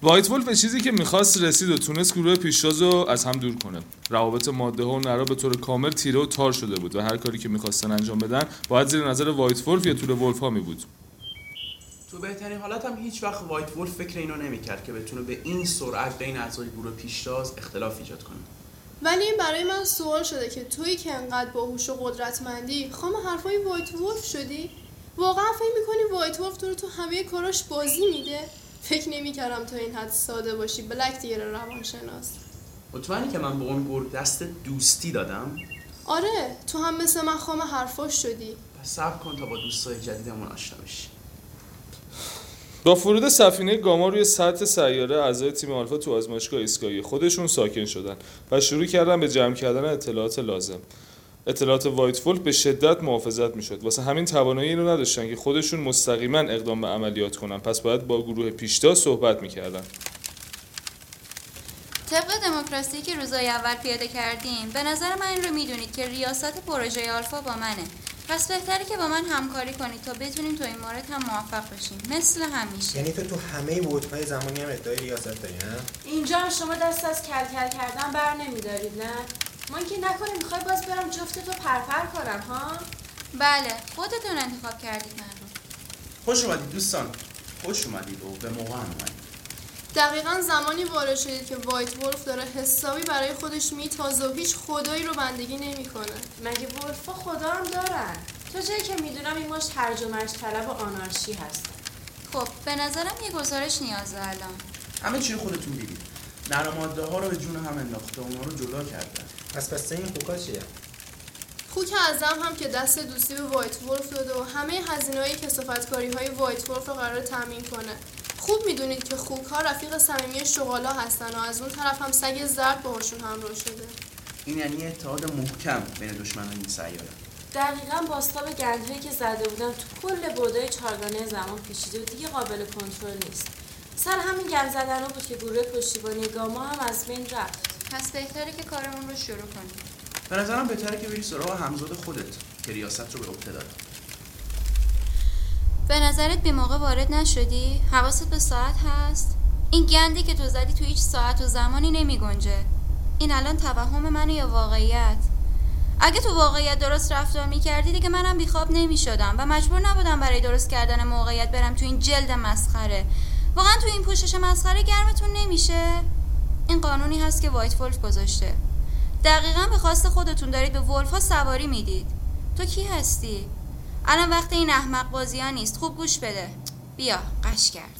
وایت ولف به چیزی که میخواست رسید و تونست گروه پیشتاز رو از هم دور کنه. روابط ماده ها و نرا به طور کامل تیره و تار شده بود و هر کاری که میخواستن انجام بدن باید زیر نظر وایت ولف یا توله ولف ها میبود. تو بهترین حالت هم هیچ وقت وایت ولف فکر اینو نمیکرد که بتونه به این سرعت بین اعضای گروه پیشتاز اختلاف ایجاد کنه. ولی این برای من سوال شده که تویی که انقدر باهوش و قدرتمندی خام حرفای وایت ولف شدی؟ واقعا فکر میکنی وایت ولف تو همه کاراش بازی میده؟ فکر نمیکردم تو این حد ساده باشی بلک دیگر روانشناس. مطمئنی که من به اون گرگ دست دوستی دادم؟ آره، تو هم مثل من خام حرفاش شدی. پس صبر کن تا با دوستای جدیدمون آشنا بشی. با فرود سفینه گاما روی سطح سیاره، اعضای تیم آلفا تو آزمایشگاه ایستگاهی خودشون ساکن شدن و شروع کردن به جمع کردن اطلاعات لازم. اطلاعات وایت ولف به شدت محافظت میشد. واسه همین توانایی اینو نداشتن که خودشون مستقیما اقدام به عملیات کنن. پس باید با گروه پیشتاز صحبت میکردن. طبق دموکراسی که روزای اول پیاده کردیم، به نظر من این رو میدونید که ریاست پروژه آلفا با منه. پس بهتره که با من همکاری کنید تا بتونیم تو این مورد هم موفق بشیم مثل همیشه. یعنی تو همه بوت‌های زمانی هم ادعای ریاست داری، نه؟ اینجا هم شما دست از کلکل کردن بر نمیدارید، نه؟ من که نکنه میخوای باز برم جفت تو پرپر کنم ها؟ بله، خودتون انتخاب کردید من رو. خوش اومدید دوستان. خوش اومدید و به موقع اومدید. دقیقاً زمانی وارد شدید که وایت ولف داره حسابی برای خودش میتازه و هیچ خدایی رو بندگی نمیکنه. مگه ولفا خدا هم دارن؟ تا جایی که میدونم این ماش هرج و مرج طلب و آنارشی هستن. خب به نظرم یه گزارش نیازه الان. همه چی خودتون دیدید. نرماده ها رو به جون هم انداخته، اونا رو جدا کردن. پس این خوکا چیه؟ خوک اعظم هم که دست دوستی به وایت ولف داده و همه هزینه‌های کثافتکاری‌های وایت ولف رو قرار تامین کنه. خوب میدونید که خوک‌ها رفیق صمیمی شغالا هستن و از اون طرف هم سگ زرد باهاشون همراه شده. این یعنی اتحاد محکم بین دشمنان این سیاره. دقیقاً بازتاب گندهایی که زده بودن تو کل بودای چارگانه زمان پیچیده و دیگه قابل کنترل نیست. سر همین گند زدن‌ها بود که گروه پشتیبانی گاما هم از بین رفت. پس بهتره که کارمون رو شروع کنیم. به نظرم بهتره که بری سراغ همزاد خودت که ریاست رو به عهده داره. به نظرت بی موقع وارد نشدی؟ حواست به ساعت هست؟ این گندی که تو زدی تو هیچ ساعت و زمانی نمی گنجه. این الان توهم منه یا واقعیت؟ اگه تو واقعیت درست رفتار میکردی دیگه منم بیخواب نمیشدم و مجبور نبودم برای درست کردن موقعیت برم تو این جلد مسخره. واقعا تو این پوشش مسخره گرمتون نمیشه؟ این قانونی هست که وایت ولف گذاشته. دقیقاً به خواست خودتون دارید به ولف ها سواری میدید. تو کی هستی؟ الان وقت این احمق بازی ها نیست. خوب گوش بده. بیا قش کرد.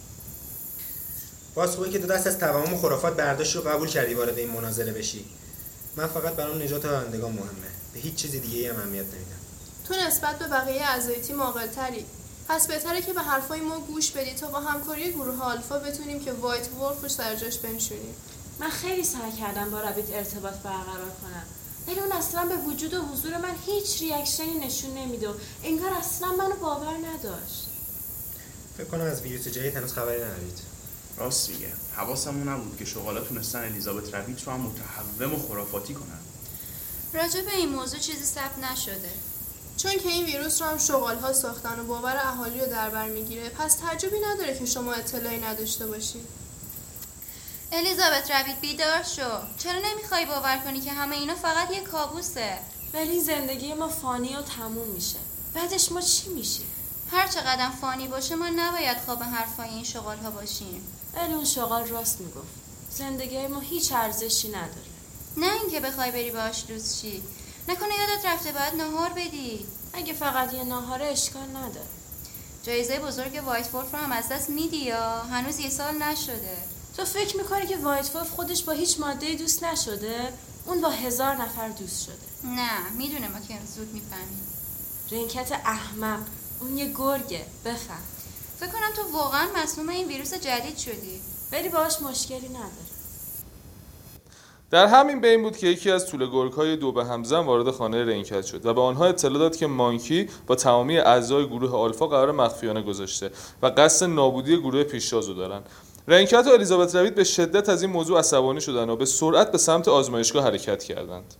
باز خوبه که تو دست از توهم خرافات برداشت رو قبول کردی وارد این مناظره بشی. من فقط برام نجات رانندگان مهمه. به هیچ چیز دیگه‌ای هم اهمیت نمیدم. تو نسبت به بقیه اعضای تیم عاقل‌تری. پس بهتره که به حرفای ما گوش بدی تا با همکاری گروه آلفا بتونیم که وایت ولف رو سر جاش بنشونیم. من خیلی سعی کردم با رابیت ارتباط برقرار کنم. ولی اون اصلا به وجود و حضور من هیچ ریاکشنی نشون نمیده و انگار اصلا منو باور نداشت. فکر کنم از ویروس جدید هنوز خبری ندارید. راست میگه. حواسمون نبود که شغالا تونستن الیزابت رابیت رو هم متحوم و خرافاتی کنن. راجع به این موضوع چیزی ثبت نشده. چون که این ویروس رو هم شغال‌ها ساختن و باور اهالی رو در بر میگیره، پس تعجبی نداره که شما اطلاعی نداشته باشید. الیزابت رابیت بیدار شو. چرا نمیخوای باور کنی که همه اینا فقط یه کابوسه؟ ولی زندگی ما فانی و تموم میشه. بعدش ما چی میشه؟ هر چقدر فانی باشه ما نباید خواب حرفای این شغال‌ها باشیم. ولی اون شغال راست میگفت. زندگی ما هیچ ارزشی نداره. نه اینکه بخوای بری باهاش دوست شی. نکنه یادت رفته باید ناهار بدی. اگه فقط یه ناهاره اشکال نداره. جایزه بزرگ وایت ولف رو هم از دست میدی یا هنوز یه سال نشده؟ تو فکر میکنی که وایت ولف خودش با هیچ ماده دوست نشده؟ اون با 1000 نفر دوست شده. نه میدونه ما که زود میفهمیم. رنکت احمق. اون یه گرگه. بفهم. فکر کنم تو واقعا مصموم این ویروس جدید شدی. ولی باهاش مشکلی نداره. در همین بین بود که یکی از توله گرگ‌های دو به همزن وارد خانه رنکت شد و به آنها اطلاع داد که مانکی با تمامی اعضای گروه آلفا قرار مخفیانه گذاشته و قصد نابودی گروه پیشتاز رو دارن. رنکت و الیزابت رابیت به شدت از این موضوع عصبانی شدند و به سرعت به سمت آزمایشگاه حرکت کردند.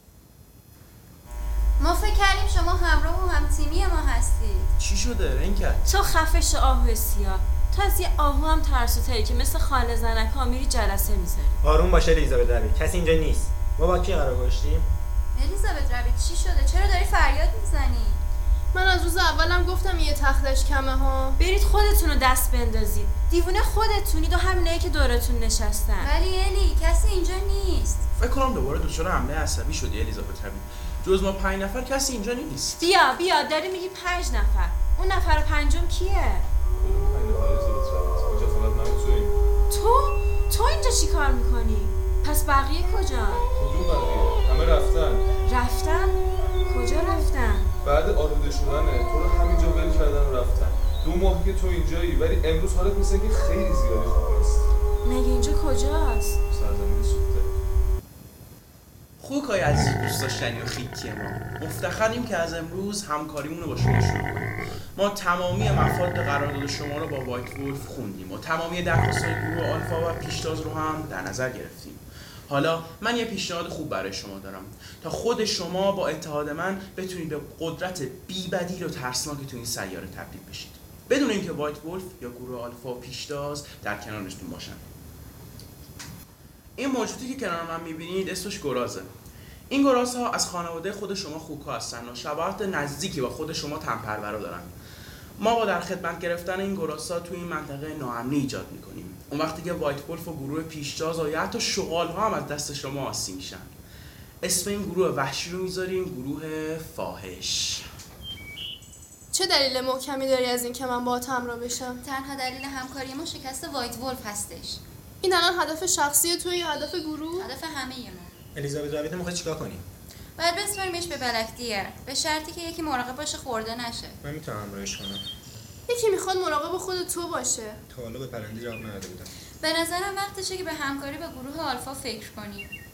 ما فکر کردیم شما همراه و همتیمی ما هستید. چی شده رنکت؟ تو خفش آهو سیاه. تو از یه آهو هم ترسوتری که مثل خاله زنک‌ها میری جلسه میذاری. آروم باشه الیزابت روید، کسی اینجا نیست. ما با کی قرار گذاشتیم؟ الیزابت روید چی شده؟ چرا داری فریاد میزنی؟ من از روز اولم گفتم یه تختش کمه ها. برید خودتون رو دست بندازید. دیوونه خودتونید و همینایی که دورتون نشستن. ولی الی کسی اینجا نیست. فکر کنم دوباره دچار حمله عصبی شدی الیزابت روید. جز ما 5 نفر کسی اینجا نیست. بیا داری میگی 5 نفر. اون نفر پنجم کیه؟ تو اینجا چی کار میکنی؟ پس بقیه کجا؟ کدوم بقیه؟ همه رفتن؟ کجا رفتن؟ بعد آلوده شدنه تو رو همینجا ول کردن و رفتن. 2 ماه که تو اینجایی ولی امروز حالت مثل که خیلی زیادی خوب نیست. مگه اینجا کجاست؟ سرزمین سوخته. خوکای عزیز دوست داشتنی و خیکی ما، مفتخریم که از امروز همکاریمون رو با شما شروع کنیم. ما تمامی مفاد قرارداد شما رو با وایت ولف خوندیم و تمامی درخواست‌های گروه آلفا و پیشتاز رو هم در نظر گرفتیم. حالا من یه پیشنهاد خوب برای شما دارم تا خود شما با اتحاد من بتونید به قدرت بی‌بدیل و ترسناکی تو این سیاره تبدیل بشید، بدون اینکه وایت ولف یا گروه آلفا و پیشتاز در کنارتون باشن. این موجودی که کنار من می‌بینید اسمش گرازه. این گرازها از خانواده خود شما خوکا هستن و شباهت نزدیکی با خود شما تن‌پرورا دارن. ما با در خدمت گرفتن این گرازها توی این منطقه ناامنی ایجاد می‌کنیم. اون وقتی که وایت ولف و گروه پیشتاز و یا حتی شغال‌ها هم از دست شما آسیب میشن. اسم این گروه وحشی رو میذاریم گروه فاحش. چه دلیل محکمی داری از این که من باهات همراه بشم؟ تنها دلیل همکاری ما شکست وایت ولف هستش. این الان هدف شخصی توی یا هدف گروه؟ هدف همه ما. الیزابت روید میخواد چیکار کنیم؟ باید بسپاریمش به بلکدیر به شرطی که یکی مراقب باشه خورده نشه. من میتونم همراهش کنم. یکی میخواد مراقب خود تو باشه. تا حالا به پرنده جواب نداده بودم. به نظرم وقتشه که به همکاری با گروه آلفا فکر کنیم.